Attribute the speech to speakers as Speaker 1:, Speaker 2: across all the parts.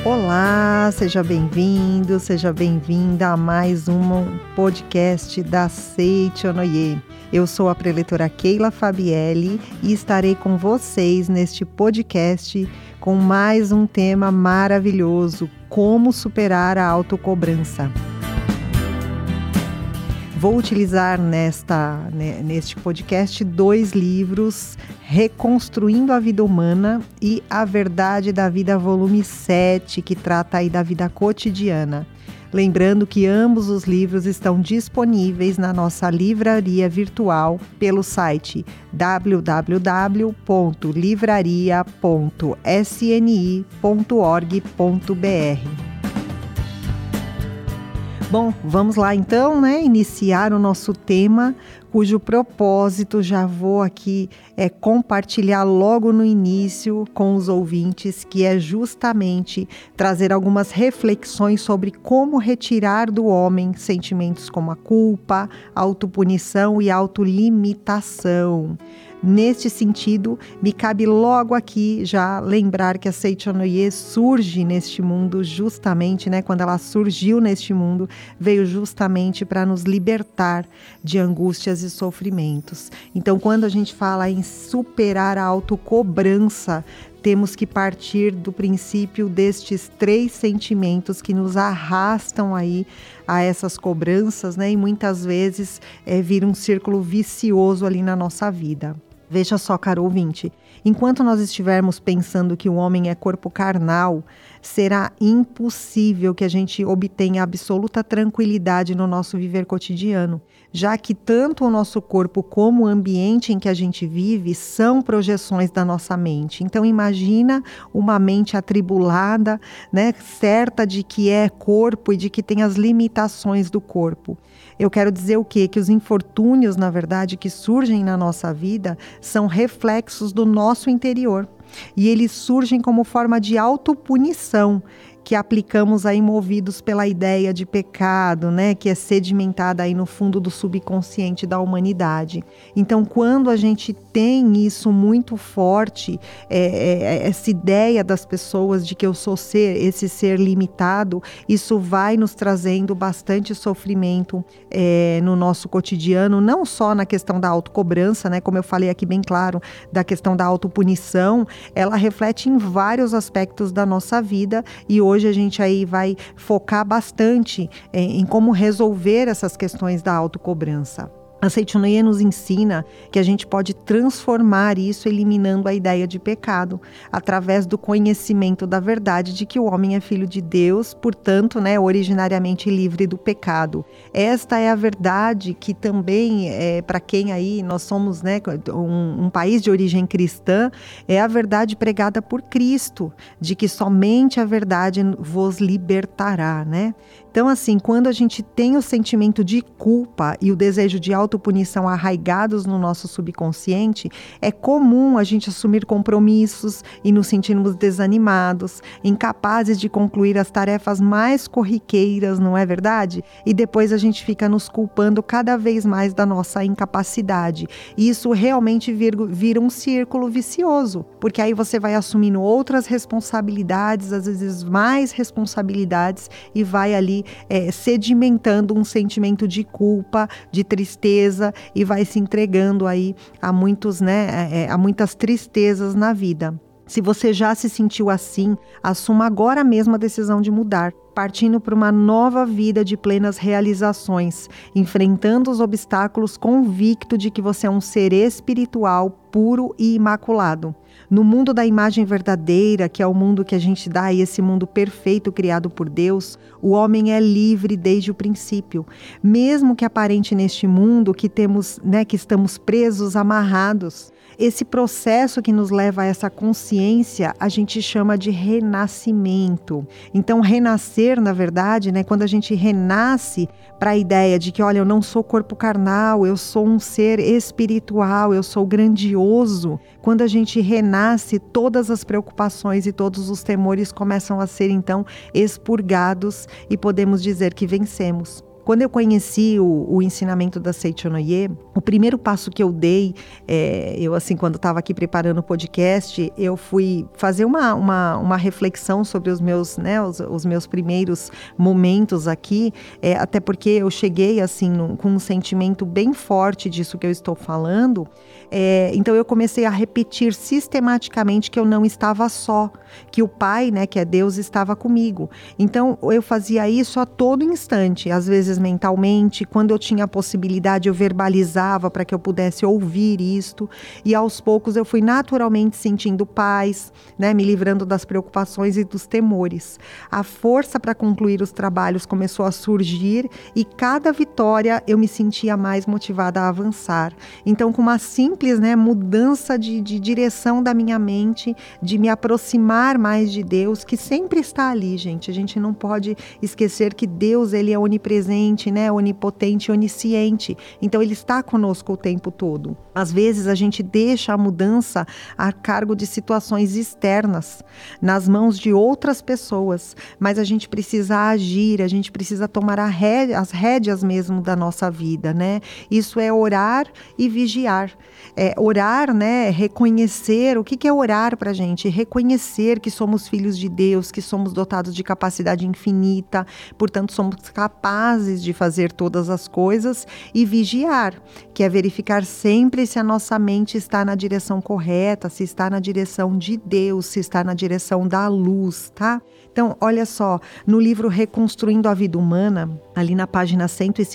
Speaker 1: Olá, seja bem-vindo, seja bem-vinda a mais um podcast da Seichonoye. Eu sou a preletora Keila Fabielli e estarei com vocês neste podcast com mais um tema maravilhoso: como superar a autocobrança. Vou utilizar neste podcast 2 livros, Reconstruindo a Vida Humana e A Verdade da Vida, volume 7, que trata aí da vida cotidiana. Lembrando que ambos os livros estão disponíveis na nossa livraria virtual pelo site www.livraria.sni.org.br. Bom, vamos lá então, iniciar o nosso tema, cujo propósito já vou aqui compartilhar logo no início com os ouvintes, que é justamente trazer algumas reflexões sobre como retirar do homem sentimentos como a culpa, a autopunição e a autolimitação. Neste sentido, me cabe logo aqui já lembrar que a Seichonoye surge neste mundo justamente, quando ela surgiu neste mundo, veio justamente para nos libertar de angústias e sofrimentos. Então, quando a gente fala em superar a autocobrança, temos que partir do princípio destes 3 sentimentos que nos arrastam aí a essas cobranças, e muitas vezes vira um círculo vicioso ali na nossa vida. Veja só, caro ouvinte, enquanto nós estivermos pensando que o homem é corpo carnal, será impossível que a gente obtenha absoluta tranquilidade no nosso viver cotidiano, já que tanto o nosso corpo como o ambiente em que a gente vive são projeções da nossa mente. Então imagina uma mente atribulada, certa de que é corpo e de que tem as limitações do corpo. Eu quero dizer o quê? Que os infortúnios, na verdade, que surgem na nossa vida são reflexos do nosso interior. E eles surgem como forma de autopunição que aplicamos aí movidos pela ideia de pecado, que é sedimentada aí no fundo do subconsciente da humanidade. Então, quando a gente tem isso muito forte, essa ideia das pessoas de que eu sou esse ser limitado, isso vai nos trazendo bastante sofrimento no nosso cotidiano, não só na questão da autocobrança, como eu falei aqui bem claro, da questão da autopunição, ela reflete em vários aspectos da nossa vida e hoje a gente aí vai focar bastante em como resolver essas questões da autocobrança. A Seichonoye nos ensina que a gente pode transformar isso eliminando a ideia de pecado, através do conhecimento da verdade de que o homem é filho de Deus, portanto, originariamente livre do pecado. Esta é a verdade que também, para quem aí nós somos um país de origem cristã, é a verdade pregada por Cristo, de que somente a verdade vos libertará, Então, assim, quando a gente tem o sentimento de culpa e o desejo de autopunição arraigados no nosso subconsciente, é comum a gente assumir compromissos e nos sentirmos desanimados, incapazes de concluir as tarefas mais corriqueiras, não é verdade? E depois a gente fica nos culpando cada vez mais da nossa incapacidade. E isso realmente vira um círculo vicioso, porque aí você vai assumindo outras responsabilidades, às vezes mais responsabilidades, e vai ali sedimentando um sentimento de culpa, de tristeza, e vai se entregando aí a muitas tristezas na vida. Se você já se sentiu assim, assuma agora mesmo a decisão de mudar, partindo para uma nova vida de plenas realizações, enfrentando os obstáculos convicto de que você é um ser espiritual, puro e imaculado. No mundo da imagem verdadeira, que é o mundo que a gente dá, e esse mundo perfeito criado por Deus, o homem é livre desde o princípio. Mesmo que aparente neste mundo que estamos presos, amarrados. Esse processo que nos leva a essa consciência, a gente chama de renascimento. Então, renascer, na verdade, quando a gente renasce para a ideia de que, olha, eu não sou corpo carnal, eu sou um ser espiritual, eu sou grandioso. Quando a gente renasce, todas as preocupações e todos os temores começam a ser, então, expurgados e podemos dizer que vencemos. Quando eu conheci o ensinamento da Seichonoye, o primeiro passo que eu dei, quando estava aqui preparando o podcast, eu fui fazer uma reflexão sobre os meus, né, os meus primeiros momentos aqui, até porque eu cheguei assim com um sentimento bem forte disso que eu estou falando. Então eu comecei a repetir sistematicamente que eu não estava só, que o Pai, né, que é Deus, estava comigo. Então eu fazia isso a todo instante, às vezes mentalmente, quando eu tinha a possibilidade eu verbalizava para que eu pudesse ouvir isto, e aos poucos eu fui naturalmente sentindo paz, né, me livrando das preocupações e dos temores. A força para concluir os trabalhos começou a surgir e cada vitória eu me sentia mais motivada a avançar. Então, com uma simples, né, mudança de direção da minha mente, de me aproximar mais de Deus, que sempre está ali, gente. A gente não pode esquecer que Deus, ele é onipresente, né, onipotente, onisciente. Então, ele está conosco o tempo todo. Às vezes, a gente deixa a mudança a cargo de situações externas, nas mãos de outras pessoas, mas a gente precisa agir, a gente precisa tomar as rédeas mesmo da nossa vida, né? Isso é orar e vigiar. Orar, né? Reconhecer. O que é orar pra gente? Reconhecer que somos filhos de Deus, que somos dotados de capacidade infinita, portanto somos capazes de fazer todas as coisas, e vigiar, que é verificar sempre se a nossa mente está na direção correta, se está na direção de Deus, se está na direção da luz, tá? Então, olha só, no livro Reconstruindo a Vida Humana, ali na página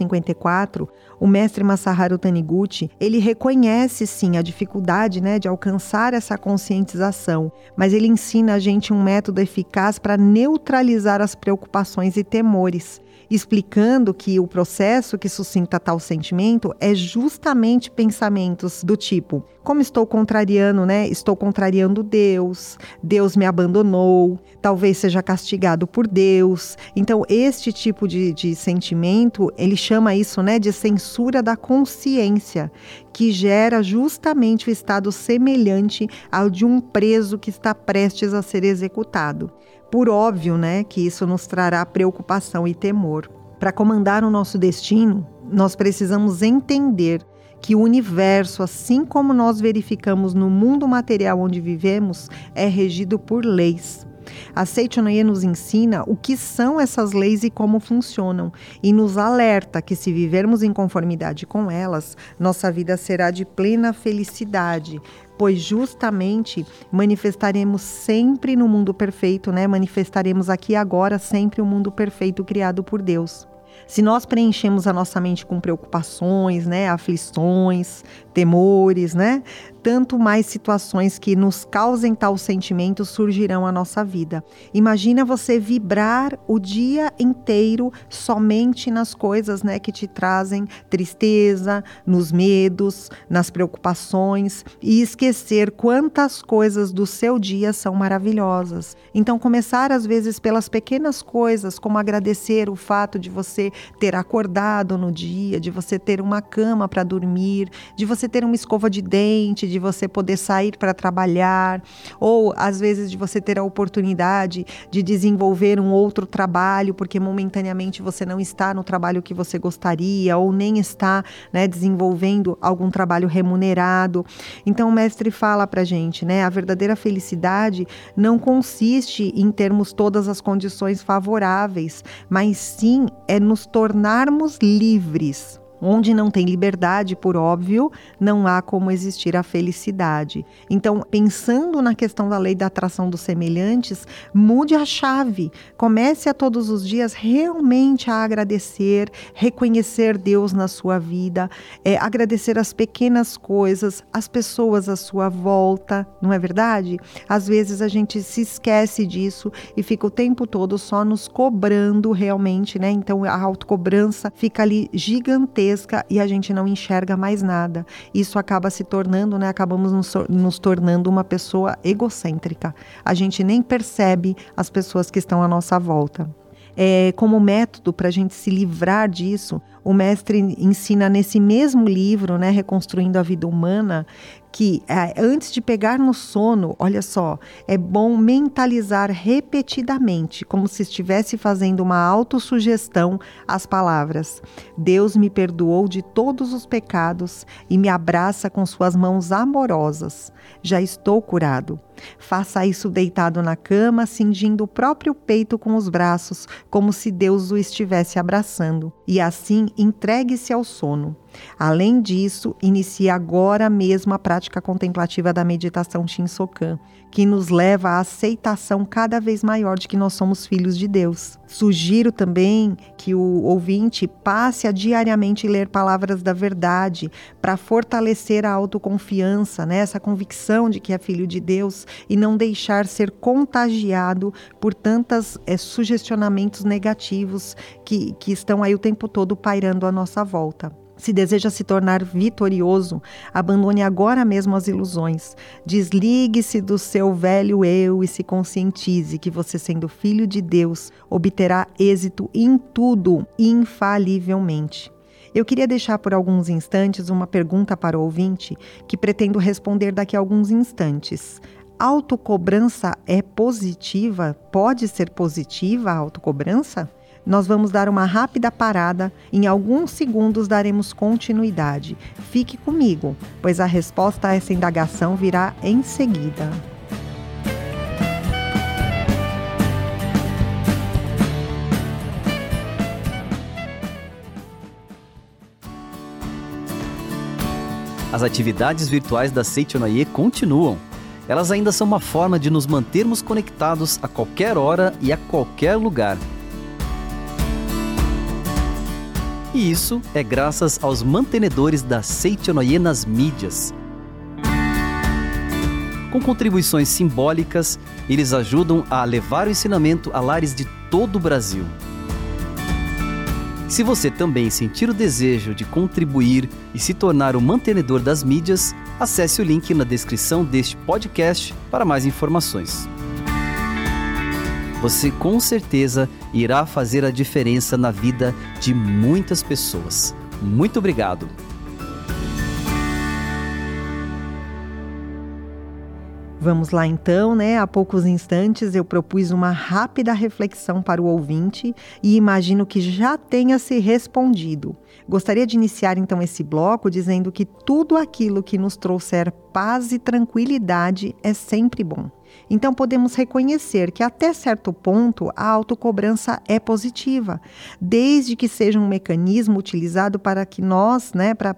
Speaker 1: 154, o mestre Masaharu Taniguchi, ele reconhece sim a dificuldade, né, de alcançar essa conscientização, mas ele ensina a gente um método eficaz para neutralizar as preocupações e temores, explicando que o processo que suscita tal sentimento é justamente pensamentos do tipo: como estou contrariando, né? Estou contrariando Deus, Deus me abandonou, talvez seja castigado por Deus. Então, este tipo de sentimento, ele chama isso, né, de censura da consciência, que gera justamente o estado semelhante ao de um preso que está prestes a ser executado. Por óbvio, né, que isso nos trará preocupação e temor. Para comandar o nosso destino, nós precisamos entender que o universo, assim como nós verificamos no mundo material onde vivemos, é regido por leis. A Seichonoye nos ensina o que são essas leis e como funcionam, e nos alerta que, se vivermos em conformidade com elas, nossa vida será de plena felicidade, pois justamente manifestaremos sempre no mundo perfeito, né? Manifestaremos aqui agora sempre o mundo perfeito criado por Deus. Se nós preenchemos a nossa mente com preocupações, né, aflições, temores, né, tanto mais situações que nos causem tal sentimento surgirão à nossa vida. Imagina você vibrar o dia inteiro somente nas coisas, né, que te trazem tristeza, nos medos, nas preocupações, e esquecer quantas coisas do seu dia são maravilhosas. Então, começar às vezes pelas pequenas coisas, como agradecer o fato de você ter acordado no dia, de você ter uma cama para dormir, de você ter uma escova de dente, de você poder sair para trabalhar, ou às vezes de você ter a oportunidade de desenvolver um outro trabalho, porque momentaneamente você não está no trabalho que você gostaria, ou nem está, né, desenvolvendo algum trabalho remunerado. Então o mestre fala pra gente, né, a verdadeira felicidade não consiste em termos todas as condições favoráveis, mas sim é nos tornarmos livres. Onde não tem liberdade, por óbvio, não há como existir a felicidade. Então, pensando na questão da lei da atração dos semelhantes, mude a chave. Comece a todos os dias realmente a agradecer, reconhecer Deus na sua vida, agradecer as pequenas coisas, as pessoas à sua volta, não é verdade? Às vezes a gente se esquece disso e fica o tempo todo só nos cobrando realmente, né? Então a autocobrança fica ali gigantesca e a gente não enxerga mais nada. Isso acaba se tornando, né? Acabamos nos tornando uma pessoa egocêntrica. A gente nem percebe as pessoas que estão à nossa volta. Como método para a gente se livrar disso, O mestre ensina nesse mesmo livro, né, Reconstruindo a Vida Humana, que antes de pegar no sono, olha só, é bom mentalizar repetidamente, como se estivesse fazendo uma autossugestão, as palavras: Deus me perdoou de todos os pecados e me abraça com suas mãos amorosas. Já estou curado. Faça isso deitado na cama, cingindo o próprio peito com os braços, como se Deus o estivesse abraçando. E assim, entregue-se ao sono. Além disso, inicie agora mesmo a prática contemplativa da meditação Shinsokan, que nos leva à aceitação cada vez maior de que nós somos filhos de Deus. Sugiro também que o ouvinte passe a diariamente ler palavras da verdade para fortalecer a autoconfiança, né? Essa convicção de que é filho de Deus e não deixar ser contagiado por tantos sugestionamentos negativos que estão aí o tempo todo pairando à nossa volta. Se deseja se tornar vitorioso, abandone agora mesmo as ilusões. Desligue-se do seu velho eu e se conscientize que você, sendo filho de Deus, obterá êxito em tudo, infalivelmente. Eu queria deixar por alguns instantes uma pergunta para o ouvinte que pretendo responder daqui a alguns instantes. Autocobrança é positiva? Pode ser positiva a autocobrança? Nós vamos dar uma rápida parada, em alguns segundos daremos continuidade. Fique comigo, pois a resposta a essa indagação virá em seguida.
Speaker 2: As atividades virtuais da Seichonoye continuam. Elas ainda são uma forma de nos mantermos conectados a qualquer hora e a qualquer lugar. E isso é graças aos mantenedores da Seichonoye nas mídias. Com contribuições simbólicas, eles ajudam a levar o ensinamento a lares de todo o Brasil. Se você também sentir o desejo de contribuir e se tornar um mantenedor das mídias, acesse o link na descrição deste podcast para mais informações. Você com certeza irá fazer a diferença na vida de muitas pessoas. Muito obrigado!
Speaker 1: Vamos lá então, né? Há poucos instantes eu propus uma rápida reflexão para o ouvinte e imagino que já tenha se respondido. Gostaria de iniciar então esse bloco dizendo que tudo aquilo que nos trouxer paz e tranquilidade é sempre bom. Então podemos reconhecer que até certo ponto a autocobrança é positiva, desde que seja um mecanismo utilizado para que nós,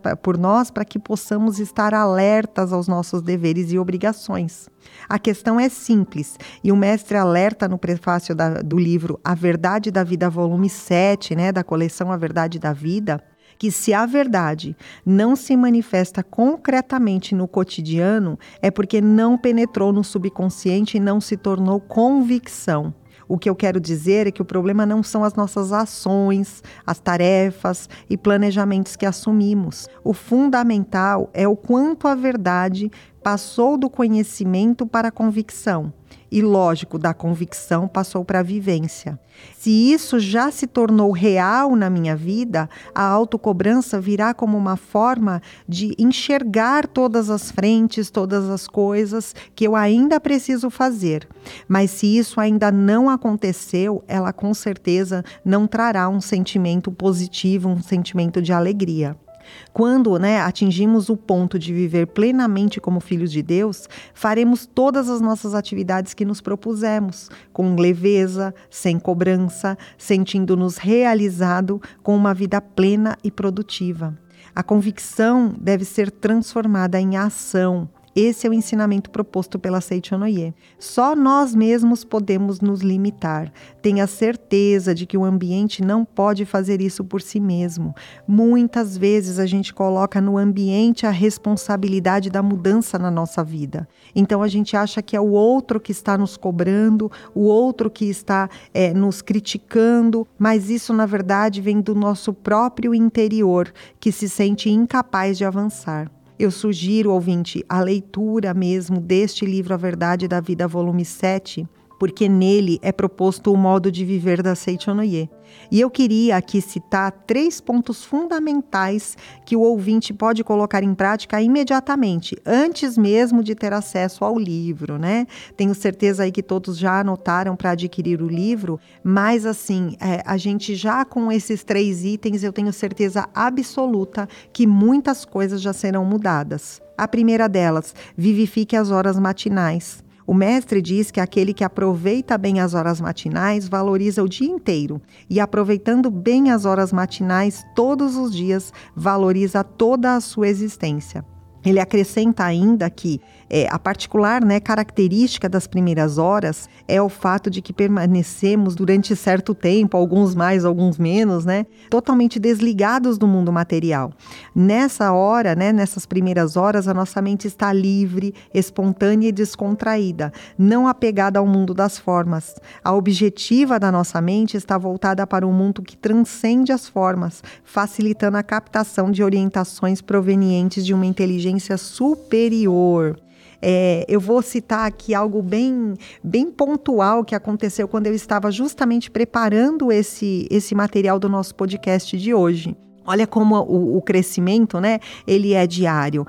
Speaker 1: para que possamos estar alertas aos nossos deveres e obrigações. A questão é simples, e o mestre alerta no prefácio do livro A Verdade da Vida, volume 7, da coleção A Verdade da Vida, que se a verdade não se manifesta concretamente no cotidiano, é porque não penetrou no subconsciente e não se tornou convicção. O que eu quero dizer é que o problema não são as nossas ações, as tarefas e planejamentos que assumimos. O fundamental é o quanto a verdade passou do conhecimento para a convicção. E, lógico, da convicção passou para a vivência. Se isso já se tornou real na minha vida, a autocobrança virá como uma forma de enxergar todas as frentes, todas as coisas que eu ainda preciso fazer. Mas se isso ainda não aconteceu, ela com certeza não trará um sentimento positivo, um sentimento de alegria. Quando atingimos o ponto de viver plenamente como filhos de Deus, faremos todas as nossas atividades que nos propusemos, com leveza, sem cobrança, sentindo-nos realizados com uma vida plena e produtiva. A convicção deve ser transformada em ação. Esse é o ensinamento proposto pela Seichonoye. Só nós mesmos podemos nos limitar. Tenha certeza de que o ambiente não pode fazer isso por si mesmo. Muitas vezes a gente coloca no ambiente a responsabilidade da mudança na nossa vida. Então a gente acha que é o outro que está nos cobrando, o outro que está nos criticando, mas isso na verdade vem do nosso próprio interior, que se sente incapaz de avançar. Eu sugiro, ouvinte, a leitura mesmo deste livro A Verdade da Vida, volume 7, porque nele é proposto o modo de viver da Seichonoye. E eu queria aqui citar 3 pontos fundamentais que o ouvinte pode colocar em prática imediatamente, antes mesmo de ter acesso ao livro, né? Tenho certeza aí que todos já anotaram para adquirir o livro, mas assim, a gente já com esses 3 itens, eu tenho certeza absoluta que muitas coisas já serão mudadas. A primeira delas, vivifique as horas matinais. O mestre diz que aquele que aproveita bem as horas matinais valoriza o dia inteiro e, aproveitando bem as horas matinais todos os dias, valoriza toda a sua existência. Ele acrescenta ainda que a particular, característica das primeiras horas é o fato de que permanecemos durante certo tempo, alguns mais, alguns menos, totalmente desligados do mundo material. Nessa hora, nessas primeiras horas, a nossa mente está livre, espontânea e descontraída, não apegada ao mundo das formas. A objetiva da nossa mente está voltada para um mundo que transcende as formas, facilitando a captação de orientações provenientes de uma inteligência superior. Eu vou citar aqui algo bem pontual que aconteceu quando eu estava justamente preparando esse material do nosso podcast de hoje. Olha como o crescimento, ele é diário.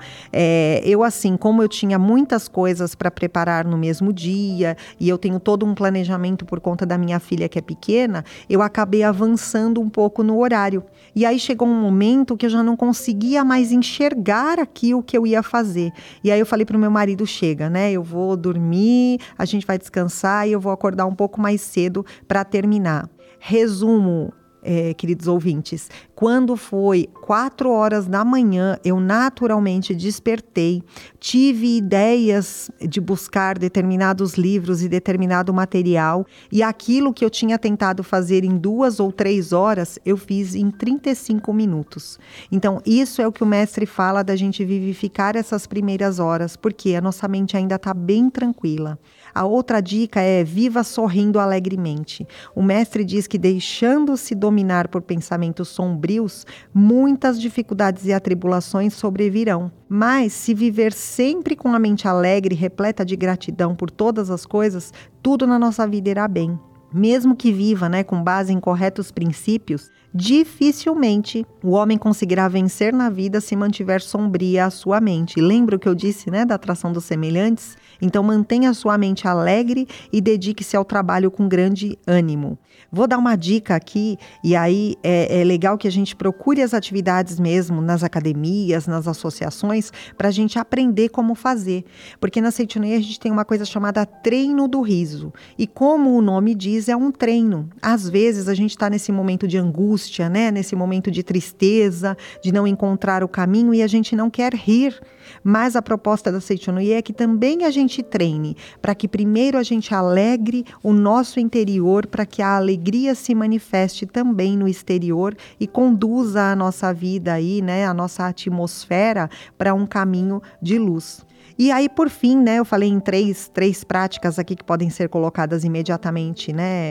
Speaker 1: Como eu tinha muitas coisas para preparar no mesmo dia, e eu tenho todo um planejamento por conta da minha filha que é pequena, eu acabei avançando um pouco no horário. E aí chegou um momento que eu já não conseguia mais enxergar aqui o que eu ia fazer. E aí eu falei para o meu marido, chega, eu vou dormir, a gente vai descansar e eu vou acordar um pouco mais cedo para terminar. Resumo, queridos ouvintes, quando foi 4 horas da manhã, eu naturalmente despertei, tive ideias de buscar determinados livros e determinado material, e aquilo que eu tinha tentado fazer em 2 ou 3 horas, eu fiz em 35 minutos. Então, isso é o que o mestre fala da gente vivificar essas primeiras horas, porque a nossa mente ainda está bem tranquila. A outra dica é viva sorrindo alegremente. O mestre diz que deixando-se dominar por pensamentos sombrios, muitas dificuldades e atribulações sobrevirão. Mas se viver sempre com a mente alegre, repleta de gratidão por todas as coisas, tudo na nossa vida irá bem. Mesmo que viva, com base em corretos princípios, dificilmente o homem conseguirá vencer na vida se mantiver sombria a sua mente. Lembra o que eu disse, da atração dos semelhantes? Então mantenha a sua mente alegre e dedique-se ao trabalho com grande ânimo. Vou dar uma dica aqui, e aí é legal que a gente procure as atividades mesmo nas academias, nas associações, para a gente aprender como fazer. Porque na Seichonoye a gente tem uma coisa chamada treino do riso. E como o nome diz, é um treino. Às vezes a gente está nesse momento de angústia, nesse momento de tristeza, de não encontrar o caminho, e a gente não quer rir. Mas a proposta da Seichonoye é que também a gente treine, para que primeiro a gente alegre o nosso interior, para que a alegria se manifeste também no exterior e conduza a nossa vida aí, a nossa atmosfera para um caminho de luz. E aí, por fim, eu falei em três práticas aqui que podem ser colocadas imediatamente,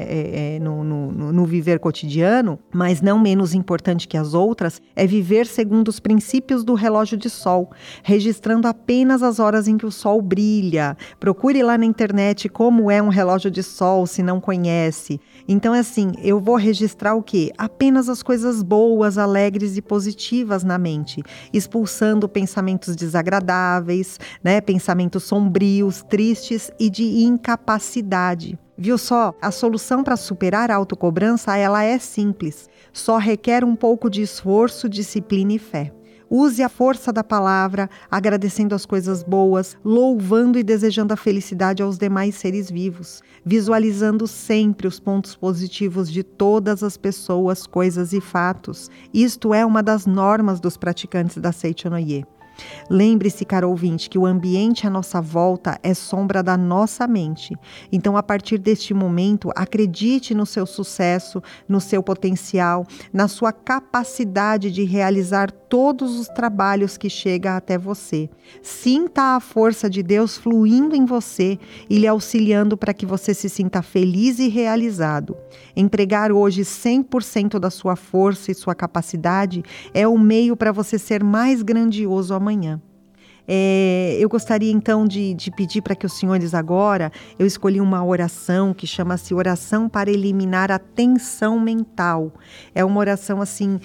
Speaker 1: no viver cotidiano, mas não menos importante que as outras, é viver segundo os princípios do relógio de sol, registrando apenas as horas em que o sol brilha. Procure lá na internet como é um relógio de sol, se não conhece. Então, eu vou registrar o quê? Apenas as coisas boas, alegres e positivas na mente, expulsando pensamentos desagradáveis, pensamentos sombrios, tristes e de incapacidade. Viu só? A solução para superar a autocobrança, ela é simples. Só requer um pouco de esforço, disciplina e fé. Use a força da palavra, agradecendo as coisas boas, louvando e desejando a felicidade aos demais seres vivos, visualizando sempre os pontos positivos de todas as pessoas, coisas e fatos. Isto é uma das normas dos praticantes da Seichonoye. Lembre-se, caro ouvinte, que o ambiente à nossa volta é sombra da nossa mente. Então, a partir deste momento, acredite no seu sucesso, no seu potencial, na sua capacidade de realizar todos os trabalhos que chegam até você. Sinta a força de Deus fluindo em você e lhe auxiliando para que você se sinta feliz e realizado. Empregar hoje 100% da sua força e sua capacidade é o meio para você ser mais grandioso amanhã. Eu gostaria então de pedir para que os senhores agora, eu escolhi uma oração que chama-se oração para eliminar a tensão mental. É uma oração assim,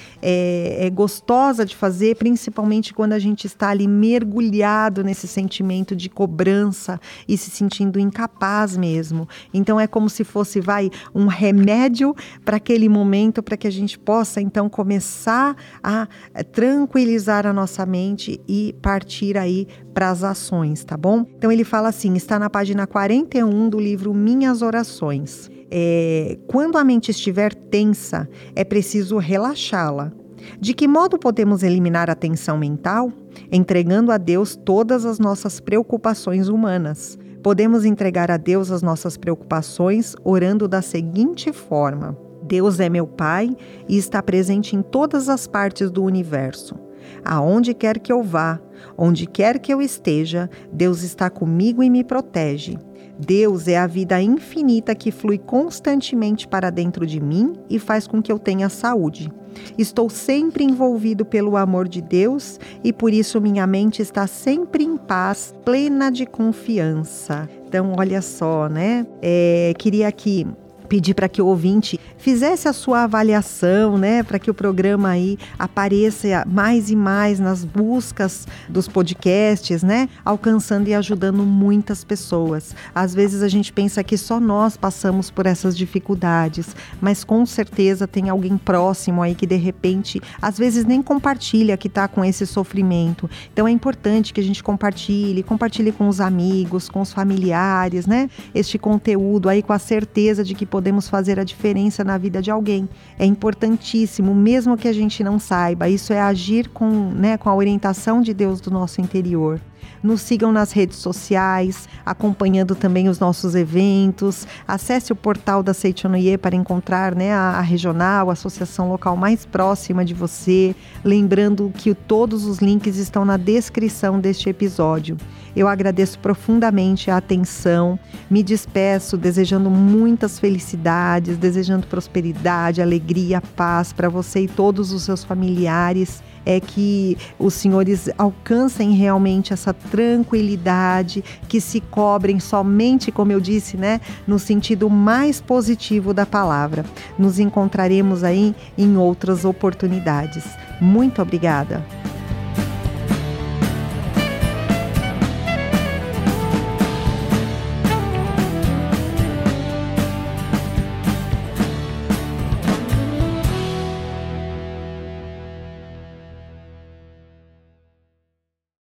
Speaker 1: gostosa de fazer, principalmente quando a gente está ali mergulhado nesse sentimento de cobrança e se sentindo incapaz mesmo. Então é como se fosse, um remédio para aquele momento, para que a gente possa então começar a tranquilizar a nossa mente e partir aí para as ações, tá bom? Então ele fala assim, está na página 41 do livro Minhas Orações. Quando a mente estiver tensa, é preciso relaxá-la. De que modo podemos eliminar a tensão mental? Entregando a Deus todas as nossas preocupações humanas. Podemos entregar a Deus as nossas preocupações orando da seguinte forma: Deus é meu Pai e está presente em todas as partes do universo. Aonde quer que eu vá, onde quer que eu esteja, Deus está comigo e me protege. Deus é a vida infinita que flui constantemente para dentro de mim e faz com que eu tenha saúde. Estou sempre envolvido pelo amor de Deus e por isso minha mente está sempre em paz, plena de confiança. Então, olha só, né? Queria aqui pedir para que o ouvinte fizesse a sua avaliação, né, para que o programa aí apareça mais e mais nas buscas dos podcasts, né, alcançando e ajudando muitas pessoas. Às vezes a gente pensa que só nós passamos por essas dificuldades, mas com certeza tem alguém próximo aí que de repente, às vezes nem compartilha que está com esse sofrimento. Então é importante que a gente compartilhe com os amigos, com os familiares, né, este conteúdo aí com a certeza de que podemos fazer a diferença na vida de alguém. É importantíssimo, mesmo que a gente não saiba. Isso é agir com a orientação de Deus do nosso interior. Nos sigam nas redes sociais, acompanhando também os nossos eventos. Acesse o portal da Seichonoye para encontrar, a regional, a associação local mais próxima de você. Lembrando que todos os links estão na descrição deste episódio. Eu agradeço profundamente a atenção. Me despeço desejando muitas felicidades, desejando prosperidade, alegria, paz para você e todos os seus familiares. Que os senhores alcancem realmente essa tranquilidade, que se cobrem somente, como eu disse, no sentido mais positivo da palavra. Nos encontraremos aí em outras oportunidades. Muito obrigada.